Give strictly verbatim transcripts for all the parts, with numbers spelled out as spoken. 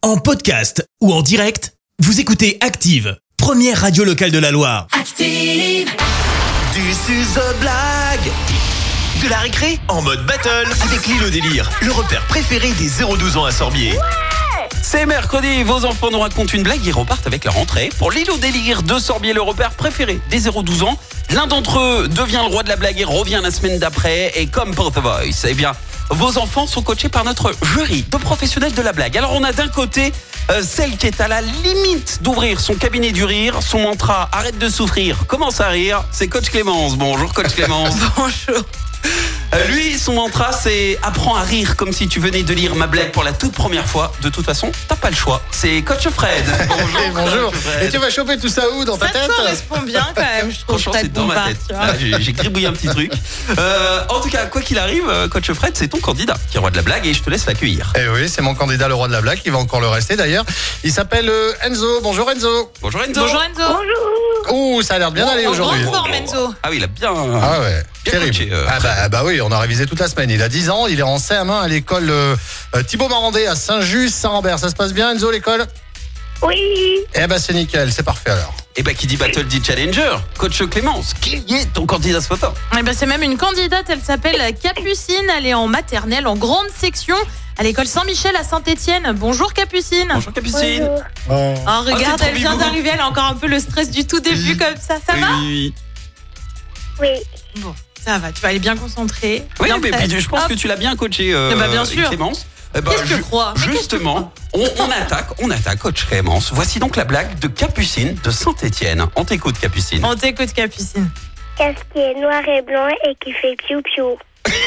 En podcast ou en direct, vous écoutez Active, première radio locale de la Loire. Active. This is a blague. De la récré en mode battle avec l'île au délire, le repère préféré des zéro douze ans à Sorbier. Ouais, c'est mercredi, vos enfants nous racontent une blague, ils repartent avec leur entrée pour l'île au délire de Sorbier, le repère préféré des zéro douze ans. L'un d'entre eux devient le roi de la blague et revient la semaine d'après. Et comme pour The Voice, eh bien, vos enfants sont coachés par notre jury de professionnels de la blague. Alors on a d'un côté euh, celle qui est à la limite d'ouvrir son cabinet du rire. Son mantra, arrête de souffrir, commence à rire. C'est Coach Clémence. Bonjour Coach Clémence. Bonjour. Euh, lui, son mantra, c'est apprends à rire comme si tu venais de lire ma blague pour la toute première fois. De toute façon, t'as pas le choix. C'est Coach Fred. Bonjour. Et bonjour. Et tu vas choper tout ça où dans ta ça tête? Ça correspond bien quand même, je trouve. Franchement, c'est dans ma tête. Là, j'ai, j'ai gribouillé un petit truc. Euh, en tout cas, quoi qu'il arrive, Coach Fred, c'est ton candidat qui est roi de la blague et je te laisse l'accueillir. Eh oui, c'est mon candidat, le roi de la blague. Il va encore le rester d'ailleurs. Il s'appelle euh, Enzo. Bonjour Enzo. Bonjour Enzo. Bonjour Enzo. Bonjour. Ouh, ça a l'air bien d'aller En aujourd'hui. grande forme, Enzo. Ah oui, il a bien. Ah ouais. Bien Terrible. coaché, euh, ah bah, bah oui, on a révisé toute la semaine. Il a dix ans, il est en C M un à l'école euh, Thibaut Marandé à Saint-Just-Saint-Rambert. Ça se passe bien Enzo, l'école? Oui. Eh bah c'est nickel, c'est parfait alors. Et bah qui dit battle dit challenger. Coach Clémence, qui est ton candidat ce matin? Eh ben, c'est même une candidate, elle s'appelle Capucine, elle est en maternelle, en grande section, à l'école Saint-Michel à Saint-Étienne. Bonjour Capucine. Bonjour Capucine. Bonjour. Oh, regarde, c'est trop elle vient mignon. d'arriver, elle a encore un peu le stress du tout début comme ça, ça va? Oui, Oui. Bon, ça va, tu vas aller bien concentré. oui bien mais prête. puis, je pense Hop. que tu l'as bien coaché, euh, Eh bah, bien sûr. Clémence. Eh bah, Qu'est-ce que tu ju- crois? Mais qu'est-ce que tu Justement, on, on attaque, on attaque, Coach Clémence. Voici donc la blague de Capucine de Saint-Étienne. On t'écoute, Capucine. On t'écoute Capucine. Qu'est-ce qui est noir et blanc et qui fait piou-piou?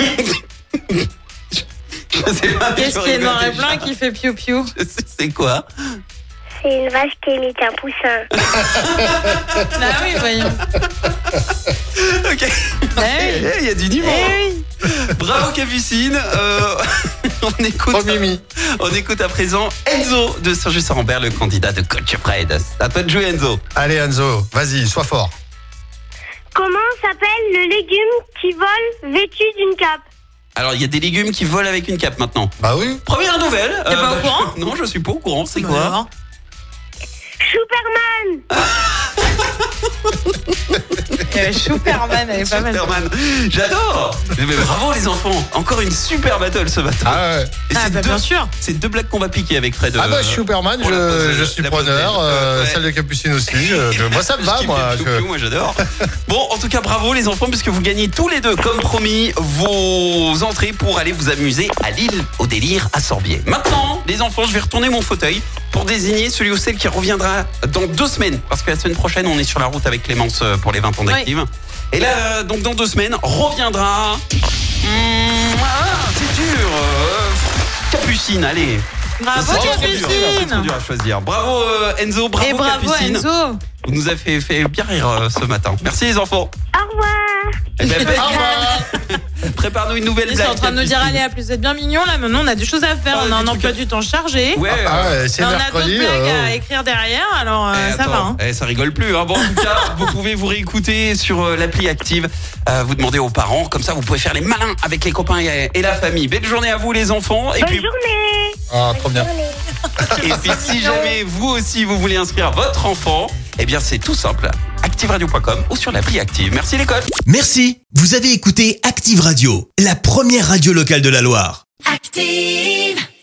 Je sais pas, mais Qu'est-ce je qui est noir et rigole blanc déjà. qui fait piou-piou? Je sais- C'est quoi? C'est une vache qui imite un poussin. Ah oui, voyons. Ok. Eh oui. Il y a du niveau. Eh oui. Bravo Capucine. Euh, on écoute. Oh Mimi. On écoute à présent Enzo de Saint-Just-Saint-Rambert, le candidat de Coach Fred. C'est à toi de jouer Enzo. Allez Enzo, vas-y, sois fort. Comment s'appelle le légume qui vole vêtu d'une cape? Alors il y a des légumes qui volent avec une cape maintenant. Bah oui. Première nouvelle. T'es pas au courant? Non, je suis pas au courant. C'est Bah quoi? alors. Superman. Euh, Superman, elle est pas mal. Superman. J'adore. Mais bravo les enfants. Encore une super battle ce matin. Ah ouais. Et Ah c'est bah deux, bien sûr. c'est deux blagues qu'on va piquer avec Fred. Ah bah euh, Superman, pour la pause, je, je euh, suis la pause preneur. déj. euh, Ouais. Celle de Capucine aussi. je- je- moi ça me Je va kiffe moi. les je- piou-piou, moi j'adore. Bon, en tout cas, bravo les enfants, puisque vous gagnez tous les deux, comme promis, vos entrées pour aller vous amuser à l'île au délire à Sorbier. Maintenant, les enfants, je vais retourner mon fauteuil pour désigner celui ou celle qui reviendra dans deux semaines. Parce que la semaine prochaine, on est sur la route avec Clémence euh, pour les vingt ans d'Active. Et là, euh, donc dans deux semaines, reviendra... Hum, ah, c'est dur. euh, Capucine, allez. Bravo C'est trop dur, c'est trop Capucine. dur à choisir. Bravo euh, Enzo, bravo, Et bravo Capucine. Enzo. Vous nous avez fait, fait bien rire euh, ce matin. Merci les enfants. Au revoir. Eh ben, ben, Au revoir. prépare-nous une nouvelle Ils blague. sont en train de nous dire allez à plus, vous êtes bien mignons là, maintenant on a des choses à faire, Ah, on a des un trucs emploi à- du temps chargé. Ouais. Ah euh, ouais, c'est Et on a mercredi. d'autres blagues euh, à écrire derrière, alors euh, eh, ça attends, va. Hein. eh, ça rigole plus. Hein. Bon, en tout cas, vous pouvez vous réécouter sur euh, l'appli Active. Euh, vous demandez aux parents, comme ça vous pouvez faire les malins avec les copains et, et la famille. Belle journée à vous les enfants. Et Bonne puis, journée. Ah, trop bien. Journée. et puis si jamais vous aussi vous voulez inscrire votre enfant, eh bien c'est tout simple. active radio point com ou sur l'appli Active. Merci l'école. Merci, vous avez écouté Active Radio, la première radio locale de la Loire. Active.